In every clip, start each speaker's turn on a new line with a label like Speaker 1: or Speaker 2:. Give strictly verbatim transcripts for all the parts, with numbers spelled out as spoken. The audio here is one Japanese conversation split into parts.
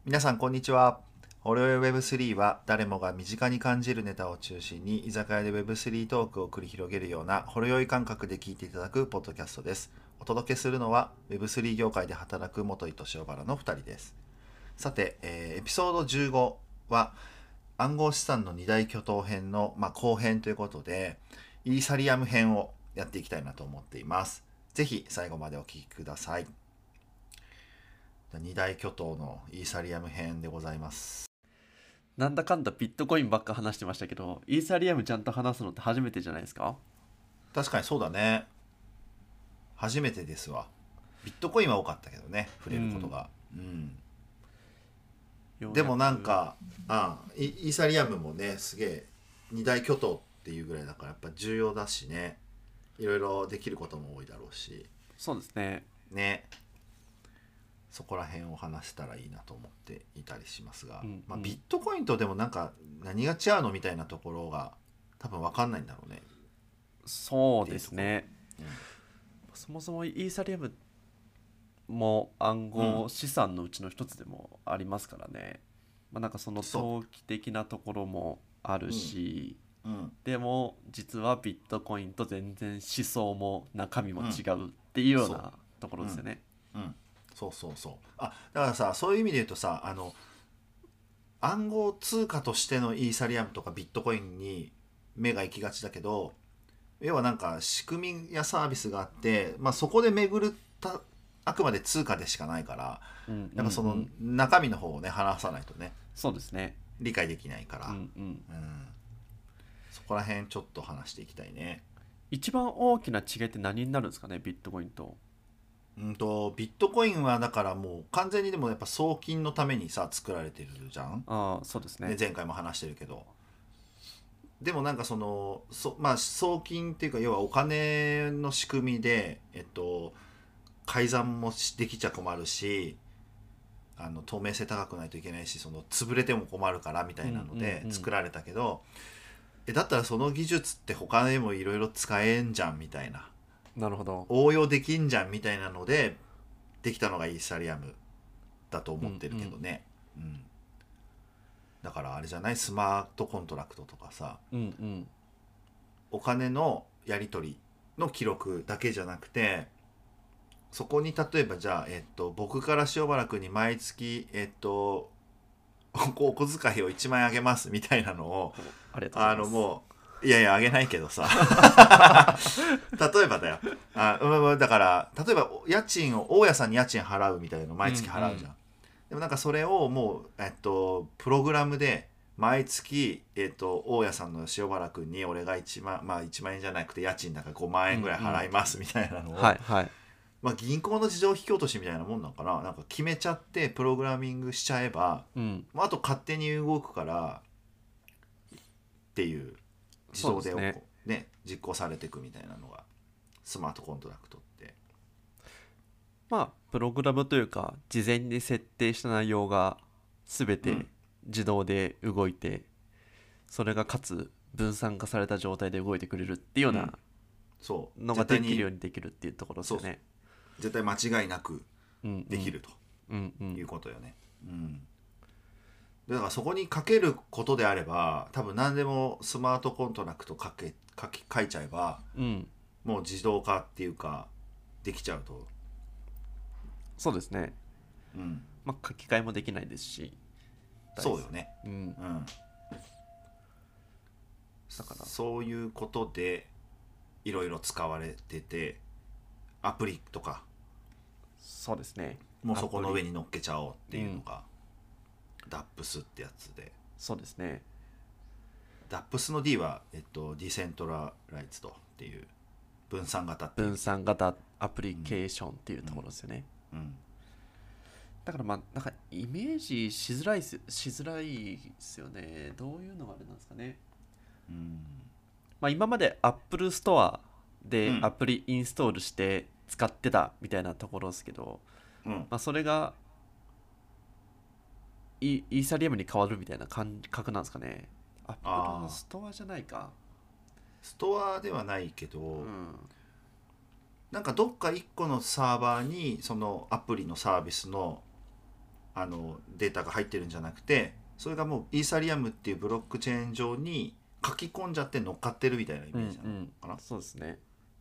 Speaker 1: 皆さんこんにちは。ホロヨイ ウェブスリー は誰もが身近に感じるネタを中心に居酒屋で ウェブスリー トークを繰り広げるようなホロヨイ感覚で聞いていただくポッドキャストです。お届けするのは ウェブスリー 業界で働く元井と塩原のふたりです。さて、えーエピソードじゅうごは暗号資産の二大巨頭編の、まあ、後編ということでイーサリアム編をやっていきたいなと思っています。ぜひ最後までお聞きください。二大巨頭のイーサリアム編でございます。
Speaker 2: なんだかんだビットコインばっか話してましたけど、イーサリアムちゃんと話すのって初めてじゃないですか？
Speaker 1: 確かにそうだね。初めてですわ。ビットコインは多かったけどね、触れることが。うん。
Speaker 2: ようやく
Speaker 1: でもなんか、ああイイーサリアムもね、すげえ二大巨頭っていうぐらいだからやっぱ重要だしね。いろいろできることも多いだろうし。
Speaker 2: そうですね。
Speaker 1: ね。そこら辺を話せたらいいなと思っていたりしますが、
Speaker 2: うん
Speaker 1: まあ、
Speaker 2: うん
Speaker 1: ビットコインとでもなんか何が違うのみたいなところが多分分かんないんだろうね。
Speaker 2: そうですね。
Speaker 1: う
Speaker 2: そもそもイーサリアムも暗
Speaker 1: ん、うん、
Speaker 2: 号資産のうちの一つでもありますからね。まあ、なんかその
Speaker 1: そ
Speaker 2: 投機的なところもある
Speaker 1: う、うん、
Speaker 2: し、
Speaker 1: うん、
Speaker 2: でも実はビットコインと全然思想も中身も
Speaker 1: うん、
Speaker 2: 違うっていうよう
Speaker 1: そ
Speaker 2: なところ
Speaker 1: う、うん、
Speaker 2: ですよね。
Speaker 1: うん、そうそうそう。あ、だからさ、そういう意味で言うとさ、あの暗号通貨としてのイーサリアムとかビットコインに目が行きがちだけど、要はなんか仕組みやサービスがあって、まあ、そこで巡ったあくまで通貨でしかないから、
Speaker 2: うんうんう
Speaker 1: やっぱその
Speaker 2: ん。
Speaker 1: 中身の方をね話さないとね
Speaker 2: そうですね。
Speaker 1: 理解できないか
Speaker 2: うん
Speaker 1: ら、
Speaker 2: うん。
Speaker 1: うん、そこら辺ちょっと話していきたいね。
Speaker 2: 一番大きな違いって何になるんですかね、ビットコインと？
Speaker 1: うんとビットコインはだからもう完全にでもやっぱ送金のためにさ作られてるじゃん、
Speaker 2: ああ、そうです
Speaker 1: ね、
Speaker 2: ね。
Speaker 1: 前回も話してるけど、でもなんかそのそ、まあ、送金っていうか要はお金の仕組みで、えっと、改ざんもできちゃ困るし、あの透明性高くないといけないし、その潰れても困るからみた
Speaker 2: うんうん
Speaker 1: いなので
Speaker 2: うん。
Speaker 1: 作られたけど、えだったらその技術って他でもいろいろ使えんじゃんみたいな、
Speaker 2: なるほど。
Speaker 1: 応用できんじゃんみたいなのでできたのがイーサリアムだと
Speaker 2: うん
Speaker 1: 思ってる
Speaker 2: うん。
Speaker 1: けどね、うん、だからあれじゃない、スマートコントラクトとかさ、
Speaker 2: うんうん。
Speaker 1: お金のやり取りの記録だけじゃなくて、そこに例えばじゃあ、えっと、僕から塩原君に毎月、えっと、お小遣いをいちまん円あげますみたいなのを、
Speaker 2: おありがとうござ
Speaker 1: あ
Speaker 2: います。
Speaker 1: のもう、いやいや、あげないけどさ、例えばだよ。あ、うん、だから、例えば家賃を、大家さんに家賃払うみたいなの
Speaker 2: うん
Speaker 1: 毎月
Speaker 2: うん。
Speaker 1: 払うじゃん。でもなんかそれをもう、えっと、プログラムで、毎月、えっと、大家さんの塩原君に俺がいちまん、まあいちまん円じゃなくて家賃だからごまん
Speaker 2: うんう
Speaker 1: 円ぐらい
Speaker 2: ん。
Speaker 1: 払いますみたいなのを、
Speaker 2: はいはい。
Speaker 1: まあ、銀行の自動引き落としみたいなもんなのかな、なんか決めちゃってプログラミングしちゃえば、
Speaker 2: うん。
Speaker 1: まあ、あと勝手に動くからっていう、自動でこ
Speaker 2: そうですね。
Speaker 1: う、ね、実行されていくみたいなのがスマートコントラクトって。
Speaker 2: まあ、プログラムというか、事前に設定した内容が全て
Speaker 1: うん、
Speaker 2: 自動で動いて、それがかつ分散化された状態で動いてくれるっていうような
Speaker 1: うん、そ
Speaker 2: のが
Speaker 1: う絶対に、
Speaker 2: できるようにできるっていうところです
Speaker 1: そうそう、
Speaker 2: よね。
Speaker 1: 絶対間違いなく
Speaker 2: うんうん。
Speaker 1: できると
Speaker 2: うんうん。
Speaker 1: いうことよね。うん、でだからそこにかけることであれば多分何でもスマートコントラクトかけ書き書いちゃえば
Speaker 2: うん。
Speaker 1: もう自動化っていうかできちゃうと、
Speaker 2: そうですね。
Speaker 1: うん、
Speaker 2: まあ、書き換えもできないですし、大事。
Speaker 1: そうよね。
Speaker 2: うん。
Speaker 1: うん、
Speaker 2: だから、
Speaker 1: そういうことでいろいろ使われてて、アプリとか
Speaker 2: そうですね。
Speaker 1: もうそこの
Speaker 2: アプリ。
Speaker 1: 上に乗っけちゃおうって
Speaker 2: うん。
Speaker 1: いうのが ダップス ってやつで、
Speaker 2: そうですね。
Speaker 1: ダップス の D は、えっと、ディセントラライズドっていう分散型っていう意
Speaker 2: 分
Speaker 1: 味で、
Speaker 2: 散型アプリ
Speaker 1: うん、
Speaker 2: ケーションっていうとこ
Speaker 1: うん、
Speaker 2: ろですよね。
Speaker 1: うん、
Speaker 2: だからまあ、なんかイメージしづらいす、しづらいですよね。どういうのがあれなんですかね。
Speaker 1: うん、
Speaker 2: まあ今まで Apple Store
Speaker 1: うん、
Speaker 2: でアプリインストールして使ってたみたいなところですけど、
Speaker 1: うん、
Speaker 2: まあそれがイ、イーサリアムに変わるみたいな感覚なんですかね。Apple の
Speaker 1: ああ、
Speaker 2: ストアじゃないか。
Speaker 1: ストアではないけど、
Speaker 2: うん。
Speaker 1: なんかどっか一個のサーバーにそのアプリのサービスのあのデータが入ってるんじゃなくて、それがもうイーサリアムっていうブロックチェーン上に書き込んじゃって乗っかってるみたいなイメージなのかな、
Speaker 2: うんうん、そうですね。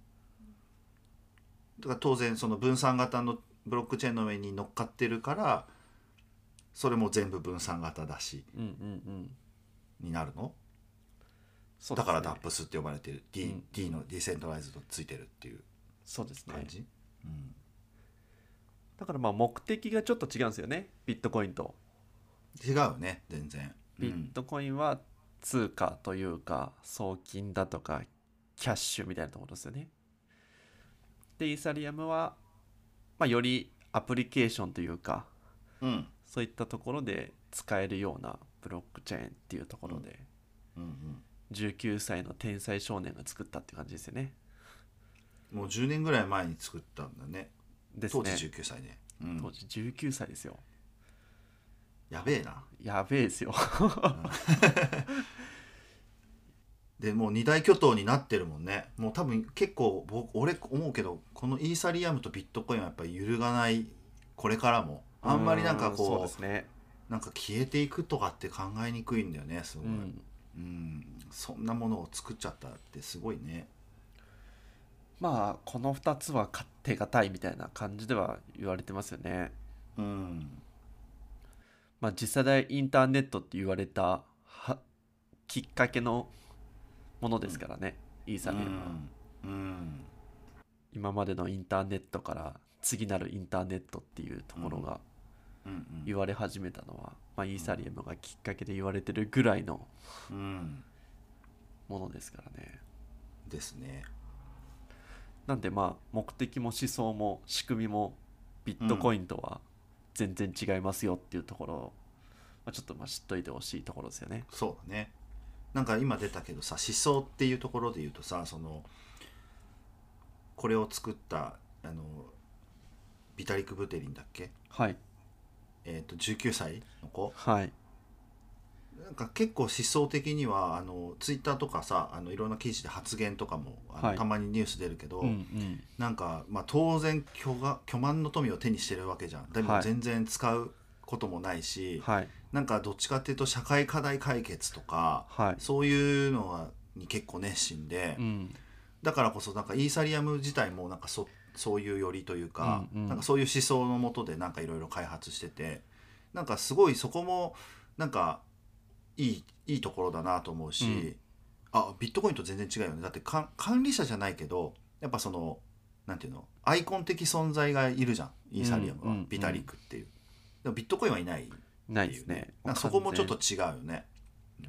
Speaker 1: だから当然その分散型のブロックチェーンの上に乗っかってるから、それも全部分散型だし、
Speaker 2: うんうんうん
Speaker 1: になるの、
Speaker 2: そうですね、
Speaker 1: だからダップスって呼ばれてる D,、
Speaker 2: うん、
Speaker 1: D のディセントライズドついてるっていう
Speaker 2: そうですね
Speaker 1: 感じ、うん、
Speaker 2: だからまあ目的がちょっと違うんですよね、ビットコインと。
Speaker 1: 違うね全然。
Speaker 2: ビットコインは通貨というか送金だとかキャッシュみたいなところですよね。でイーサリアムは、まあ、よりアプリケーションというか、
Speaker 1: うんうん
Speaker 2: そういったところで使えるようなブロックチェーンっていうところで、
Speaker 1: うんうん、
Speaker 2: じゅうきゅうさいの天才少年が作ったって感じですよね。
Speaker 1: もうじゅうねんぐらい前に作ったんだね。
Speaker 2: ですね。
Speaker 1: 当時じゅうきゅうさいね、うん、
Speaker 2: 当時じゅうきゅうさいですよ。
Speaker 1: やべえな。
Speaker 2: やべえですよ
Speaker 1: でもう二大巨頭になってるもんね。もう多分結構僕俺思うけど、このイーサリアムとビットコインはやっぱり揺るがない、これからもあんまりなんかこう、
Speaker 2: そうですね、
Speaker 1: なんか消えていくとかって考えにくいんだよね、すごい、
Speaker 2: うん
Speaker 1: うん、そんなものを作っちゃったってすごいね。
Speaker 2: まあこのふたつは手堅いみたいな感じでは言われてますよね。
Speaker 1: うん、
Speaker 2: まあ次世代インターネットって言われたはきっかけのものですからね、うん、イーサリアムは、
Speaker 1: うんうん、
Speaker 2: 今までのインターネットから次なるインターネットっていうところが言われ始めたのは、まあ、イーサリアムがきっかけで言われてるぐらいのものですからね。
Speaker 1: ですね。
Speaker 2: なんでまあ目的も思想も仕組みもビットコインとは全然違いますよっていうところを、まあ、ちょっとまあ知っといてほしいところですよね。
Speaker 1: そうだね。なんか今出たけどさ、思想っていうところで言うとさ、そのこれを作ったあのビタリク・ブテリンだっけ、
Speaker 2: はい、
Speaker 1: えー、とじゅうきゅうさいの子、
Speaker 2: はい、
Speaker 1: なんか結構思想的にはあのツイッターとかさ、あのいろんな記事で発言とかもあの、
Speaker 2: はい、
Speaker 1: たまにニュース出るけど、
Speaker 2: うんうん、
Speaker 1: なんか、まあ、当然巨が巨万の富を手にしてるわけじゃん。でも全然使うこともないし、
Speaker 2: はい、
Speaker 1: なんかどっちかっていうと社会課題解決とか、
Speaker 2: はい、
Speaker 1: そういうのに結構熱心で、
Speaker 2: うん、
Speaker 1: だからこそなんかイーサリアム自体もなんか そ, そういう寄りというか、
Speaker 2: うんうん、
Speaker 1: なんかそういう思想のもとでなんかいろいろ開発してて、なんかすごいそこもなんかいいいいところだなと思うし、うん、あビットコインと全然違うよね。だってか管理者じゃないけどやっぱそのなんていうの、アイコン的存在がいるじゃんイーサリアムは、うんうんうん、ビタリックっていう。でもビットコインはいないっていう、ね、
Speaker 2: ないですね。
Speaker 1: なんかそこもちょっと違うよね、うん、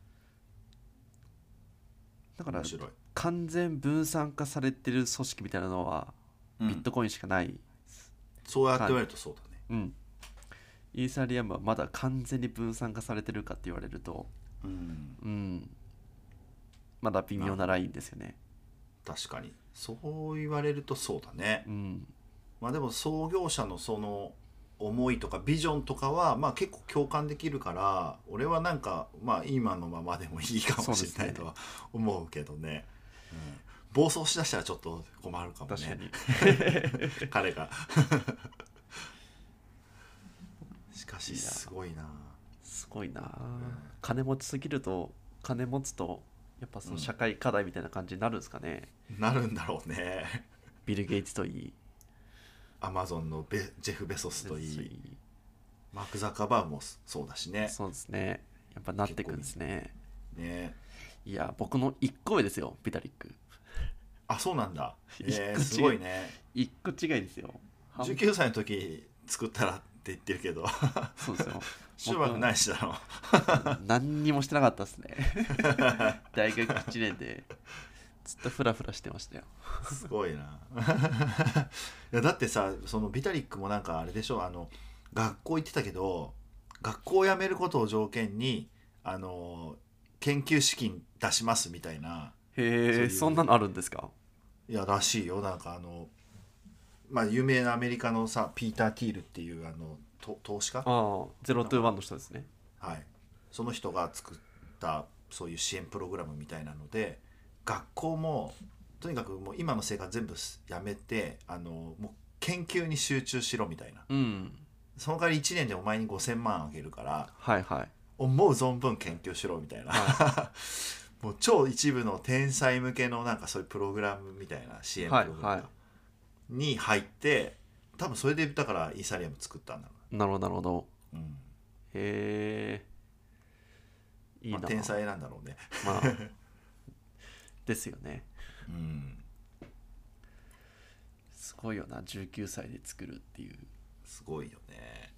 Speaker 2: だから完全分散化されてる組織みたいなのはビットコインしかない、うん、
Speaker 1: そうやって言われるとそうだね。
Speaker 2: うん、イーサリアムはまだ完全に分散化されてるかって言われると、
Speaker 1: うん
Speaker 2: うん、まだ微妙なラインですよね。
Speaker 1: 確かにそう言われるとそうだね、
Speaker 2: うん、
Speaker 1: まあでも創業者のその思いとかビジョンとかはまあ結構共感できるから、俺はなんかまあ今のままでもいいかもしれないとは思うけどね、うん、暴走しだしたらちょっと困るかもね彼がしかしすごいな
Speaker 2: すごいな、うん、金持ちすぎると金持つとやっぱその社会課題みたいな感じになるんですかね、
Speaker 1: うん、なるんだろうね
Speaker 2: ビル・ゲイツといい
Speaker 1: アマゾンのベジェフ・ベソスといいマーク・ザッカーバーグもそうだしね。
Speaker 2: そうですね、やっぱなってくんですね。
Speaker 1: ね、
Speaker 2: いや僕のいっこ上ですよビタリック。
Speaker 1: あ、そうなんだ、えー、すごいね。
Speaker 2: いっこ違いですよ。
Speaker 1: じゅうきゅうさいの時作ったらって言ってるけど
Speaker 2: そうですよ
Speaker 1: しばらくないしだろ
Speaker 2: 何にもしてなかったですね大学いちねんでずっとフラフラしてましたよ
Speaker 1: すごいないやだってさ、そのビタリックもなんかあれでしょ、あの学校行ってたけど学校を辞めることを条件にあの研究資金出しますみたいな。
Speaker 2: へえ、そんなのあるんですか。
Speaker 1: いやらしいよ。なんかあのまあ有名なアメリカのさピーター・ティールっていうあの投資家、あ
Speaker 2: あゼロトゥーワンの人ですね。
Speaker 1: はい、その人が作ったそういう支援プログラムみたいなので、学校もとにかくもう今の生活全部やめてあのもう研究に集中しろみたいな、
Speaker 2: うん、
Speaker 1: その代わりいちねんでお前にごせんまんあげるから
Speaker 2: はいはい
Speaker 1: 思う存分研究しろみたいな、
Speaker 2: は
Speaker 1: もう超一部の天才向けのなんかそういうプログラムみたいな支援プログラム
Speaker 2: はいは
Speaker 1: に入って多分それでだからイーサリアム作ったんだろ
Speaker 2: いなるほどなるほど
Speaker 1: う、うん、
Speaker 2: へえいいな、
Speaker 1: まあ、天才なんだろうね
Speaker 2: まあですよね
Speaker 1: うん
Speaker 2: すごいよなじゅうきゅうさいで作るっていう。
Speaker 1: すごいよね。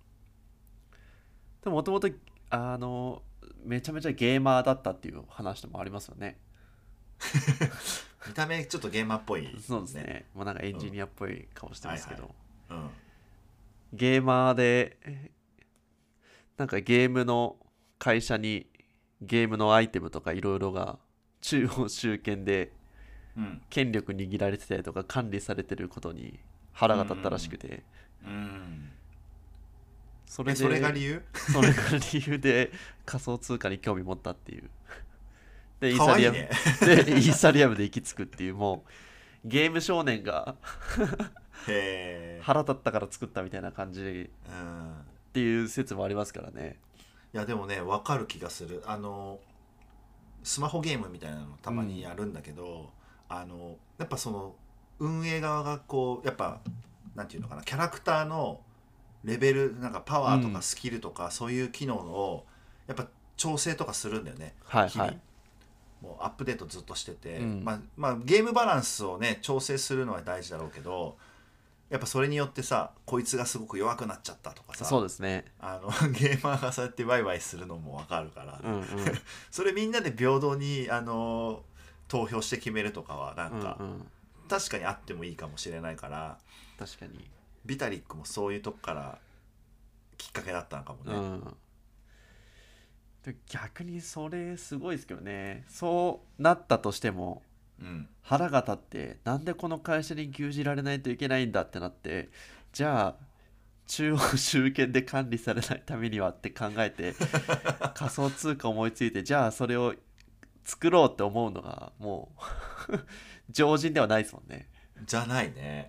Speaker 2: でももともとあのめちゃめちゃゲーマーだったっていう話もありますよね。
Speaker 1: 見た目ちょっとゲーマーっぽい、ね、
Speaker 2: そうですね。まあなんかエンジニアっぽい顔してますけど、
Speaker 1: はいはい、うん、
Speaker 2: ゲーマーでなんかゲームの会社にゲームのアイテムとかいろいろが中央集権で権力握られてたりとか管理されてることに腹が立ったらしくて、
Speaker 1: うんうんうん、
Speaker 2: それで
Speaker 1: それが理由
Speaker 2: それが理由で仮想通貨に興味持ったっていうでイー
Speaker 1: か
Speaker 2: サリアム
Speaker 1: わいいね
Speaker 2: でイーサリアムで行き着くっていう、もうゲーム少年が
Speaker 1: へ
Speaker 2: 腹立ったから作ったみたいな感じ
Speaker 1: うん
Speaker 2: っていう説もありますからね。
Speaker 1: いやでもね分かる気がする。あのスマホゲームみたいなのたまにやるんだけど、うん、あのやっぱその運営側がこうやっぱなんていうのかな、キャラクターのレベルなんかパワーとかスキルとか、そういう機能をやっぱ調整とかするんだよね、
Speaker 2: はいはい、
Speaker 1: もうアップデートずっとしてて、
Speaker 2: うん、
Speaker 1: まあ、まあゲームバランスをね調整するのは大事だろうけど、やっぱそれによってさこいつがすごく弱くなっちゃったとかさ、
Speaker 2: そうですね、
Speaker 1: あのゲーマーがそうやってワイワイするのも分かるから、
Speaker 2: うんうん、
Speaker 1: それみんなで平等にあの投票して決めるとかはなんか、
Speaker 2: うんうん、
Speaker 1: 確かにあってもいいかもしれないから、
Speaker 2: 確かに
Speaker 1: ビタリックもそういうとこからきっかけだったのかもね、
Speaker 2: うん、で逆にそれすごいですけどね。そうなったとしても、うん、腹が立ってなんでこの会社に牛耳られないといけないんだってなって、じゃあ中央集権で管理されないためにはって考えて仮想通貨思いついて、じゃあそれを作ろうって思うのがもう常人ではないですもんね。
Speaker 1: じゃないね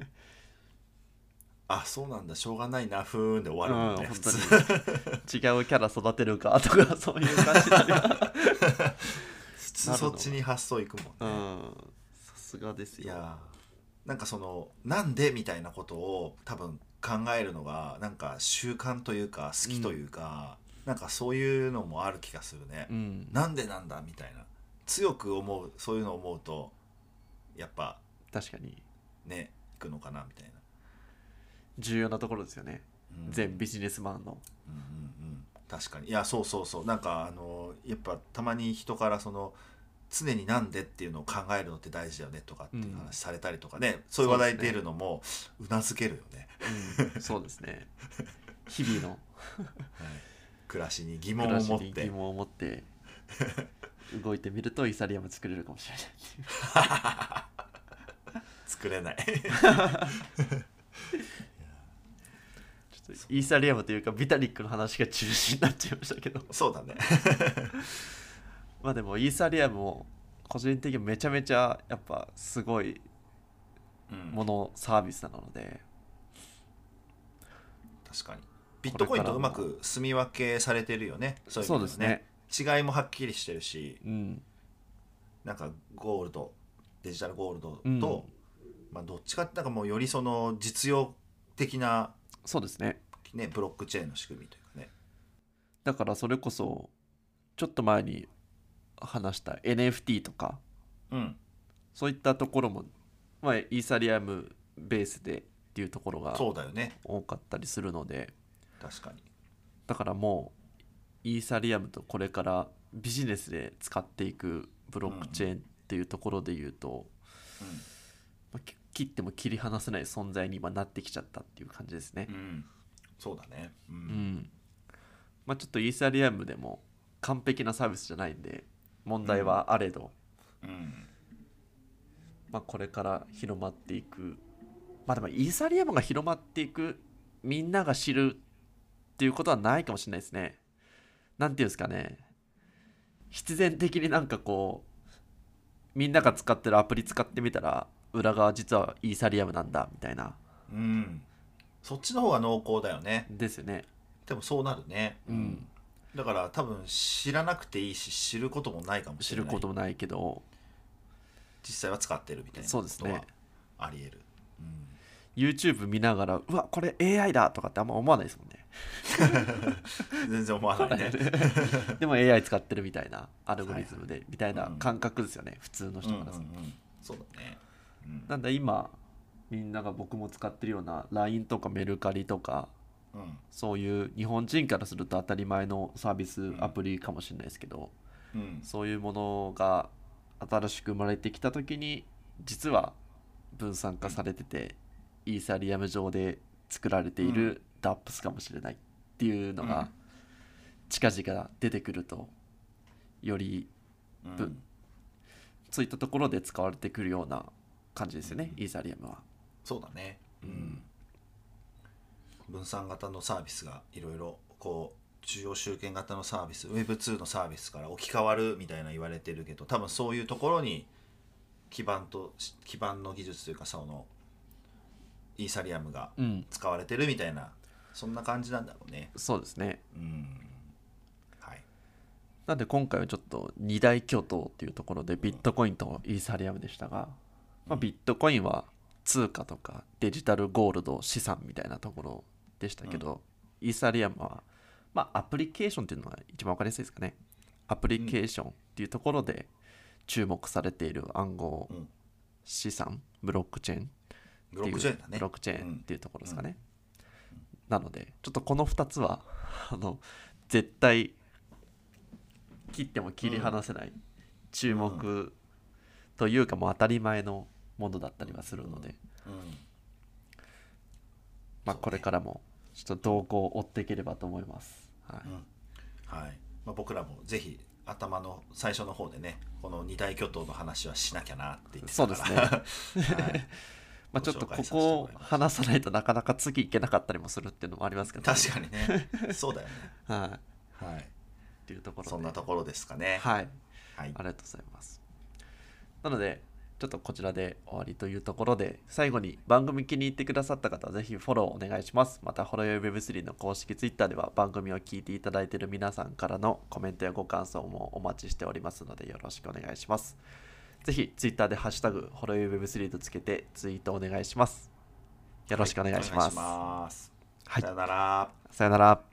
Speaker 1: あ、そうなんだ、しょうがないな、ふーんで終わるもんね、うん、
Speaker 2: 普通に違うキャラ育てるかとかそういう感じになる
Speaker 1: 普通そっちに発想いくもんね、
Speaker 2: うん、さすがですよ。
Speaker 1: いやなんかそのなんでみたいなことを多分考えるのがなんか習慣というか好きというか、うん、なんかそういうのもある気がするね、うん、なんでなんだみたいな強く思う、そういうのを思うとやっぱ
Speaker 2: 確かに
Speaker 1: ねいくのかなみたいな
Speaker 2: 重要なところですよね、うん、全ビジネスマンの、
Speaker 1: うんうんうん、確かに。いやそうそうそう、なんかあのやっぱたまに人からその常になんでっていうのを考えるのって大事だよねとかっていう話されたりとかね、うん、そういう話題出るのもうなずけるよね、
Speaker 2: うん、そうですね日々の、はい、
Speaker 1: 暮らしに疑問を持って
Speaker 2: 疑問を持って動いてみるとイーサリアム作れるかもしれ
Speaker 1: ない作れない
Speaker 2: イーサリアムというかビタリックの話が中心になっちゃいましたけど
Speaker 1: そうだね
Speaker 2: まあでもイーサリアムも個人的にめちゃめちゃやっぱすごいもの、うん、サービスなので、
Speaker 1: 確かにビットコインとうまく住み分けされてるよね。そういう意味でね、そうですね、違いもはっきりしてるし、うん、なんかゴールドデジタルゴールドと、うん、まあ、どっちかってなんかもうよりその実用的な、
Speaker 2: そうですね、
Speaker 1: ね、ブロックチェーンの仕組みというかね。
Speaker 2: だからそれこそちょっと前に話した エヌエフティー とか、うん、そういったところも、まあ、イーサリアムベースでっていうところが多かったりするので、
Speaker 1: 確かに。だ
Speaker 2: からもうイーサリアムとこれからビジネスで使っていくブロックチェーンっていうところで言うと、うんうん、まあ、切っても切り離せない存在に今なってきちゃったっていう感じですね、
Speaker 1: うん、そうだね、うんうん、
Speaker 2: まあ、ちょっとイーサリアムでも完璧なサービスじゃないんで問題はあれど、うんうん、まあ、これから広まっていく、まあでもイーサリアムが広まっていく、みんなが知るっていうことはないかもしれないですね。なんていうんですかね、必然的になんかこうみんなが使ってるアプリ使ってみたら裏側実はイーサリアムなんだみたいな、うん、
Speaker 1: そっちの方が濃厚だよね。
Speaker 2: ですよね。
Speaker 1: でもそうなるね。
Speaker 2: うん
Speaker 1: だから多分知らなくていいし知ることもないかもし
Speaker 2: 知る
Speaker 1: れない。
Speaker 2: こともないけど、
Speaker 1: 実際は使ってるみたいな
Speaker 2: そう
Speaker 1: ことは
Speaker 2: ですね。
Speaker 1: あり得る。うん
Speaker 2: YouTube 見ながら、うわこれ エーアイ だとかってあんま思わないですもんね。
Speaker 1: 全然思わないね。
Speaker 2: でも エーアイ 使ってるみたいな、アルゴリズムでみたいな感覚ですよね、普通の人からすると。
Speaker 1: うんうんうん、そうだね。うん
Speaker 2: なんで今みんなが僕も使ってるような ライン とかメルカリとか、
Speaker 1: うん
Speaker 2: そういう日本人からすると当たり前のサービスアプリかもしれないですけど、
Speaker 1: うん
Speaker 2: そういうものが新しく生まれてきた時に実は分散化されてて、イーサリアム上で作られている ダップス かもしれないっていうのが近々出てくると、より
Speaker 1: うん
Speaker 2: ぶそういったところで使われてくるような感じですよね、イーサリアムは。
Speaker 1: そうだね。うん分散型のサービスがいろいろこう中央集権型のサービス ウェブツー のサービスから置き換わるみたいな言われてるけど、多分そういうところに基盤と基盤の技術というかそのイーサリアムが
Speaker 2: うん
Speaker 1: 使われてるみたいな、そんな感じなんだろうね。
Speaker 2: そうですね。
Speaker 1: うんはい
Speaker 2: なんで今回はちょっと二大巨頭っていうところでビットコインとイーサリアムでしたが、まあ、ビットコインは通貨とかデジタルゴールド資産みたいなところでしたけど、イーサリアムは、まあ、アプリケーションっていうのが一番分かりやすいですかね。アプリケーションっていうところで注目されている暗号
Speaker 1: うん
Speaker 2: 資産、ブロックチェーン
Speaker 1: ブロックチェーンだね。
Speaker 2: ブロックチェーンっていうところですかね。なのでちょっとこのふたつはあの絶対切っても切り離せない注目というか、もう当たり前のものだったりはするので、
Speaker 1: うん
Speaker 2: まあ、これからもちょっと動向を追っていければと思います。はい
Speaker 1: うんはいまあ、僕らもぜひ頭の最初の方でねこの二大巨頭の話はしなきゃなって言ってたから
Speaker 2: そうですね
Speaker 1: はい
Speaker 2: まあちょっとこ
Speaker 1: ご紹介させて
Speaker 2: こを
Speaker 1: もらいました
Speaker 2: 話さないとなかなか次いけなかったりもするっていうのもありますけど、
Speaker 1: 確かにねそうだよね。
Speaker 2: はい、
Speaker 1: はい
Speaker 2: っていうところで
Speaker 1: そんなところですかね。
Speaker 2: はい、
Speaker 1: はい
Speaker 2: ありがとうございます。なのでちょっとこちらで終わりというところで、最後に番組気に入ってくださった方はぜひフォローお願いします。またほろよい ウェブスリー の公式 Twitter では番組を聞いていただいている皆さんからのコメントやご感想もお待ちしておりますのでよろしくお願いします。ぜひ Twitter でハッシュタグほろよい ウェブスリー とつけてツイートお願いします。よろしくお願いします。
Speaker 1: はいお願いします
Speaker 2: はい
Speaker 1: さよなら。
Speaker 2: さよなら。